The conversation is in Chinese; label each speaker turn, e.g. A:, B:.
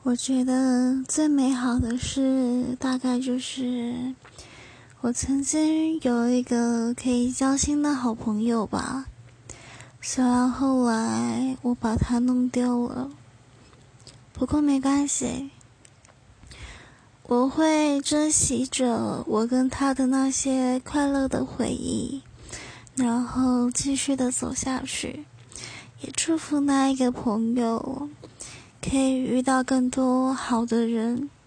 A: 我觉得最美好的事，大概就是我曾经有一个可以交心的好朋友吧。虽然后来我把他弄丢了，不过没关系，我会珍惜着我跟他的那些快乐的回忆，然后继续的走下去。也祝福那一个朋友可以遇到更多好的人，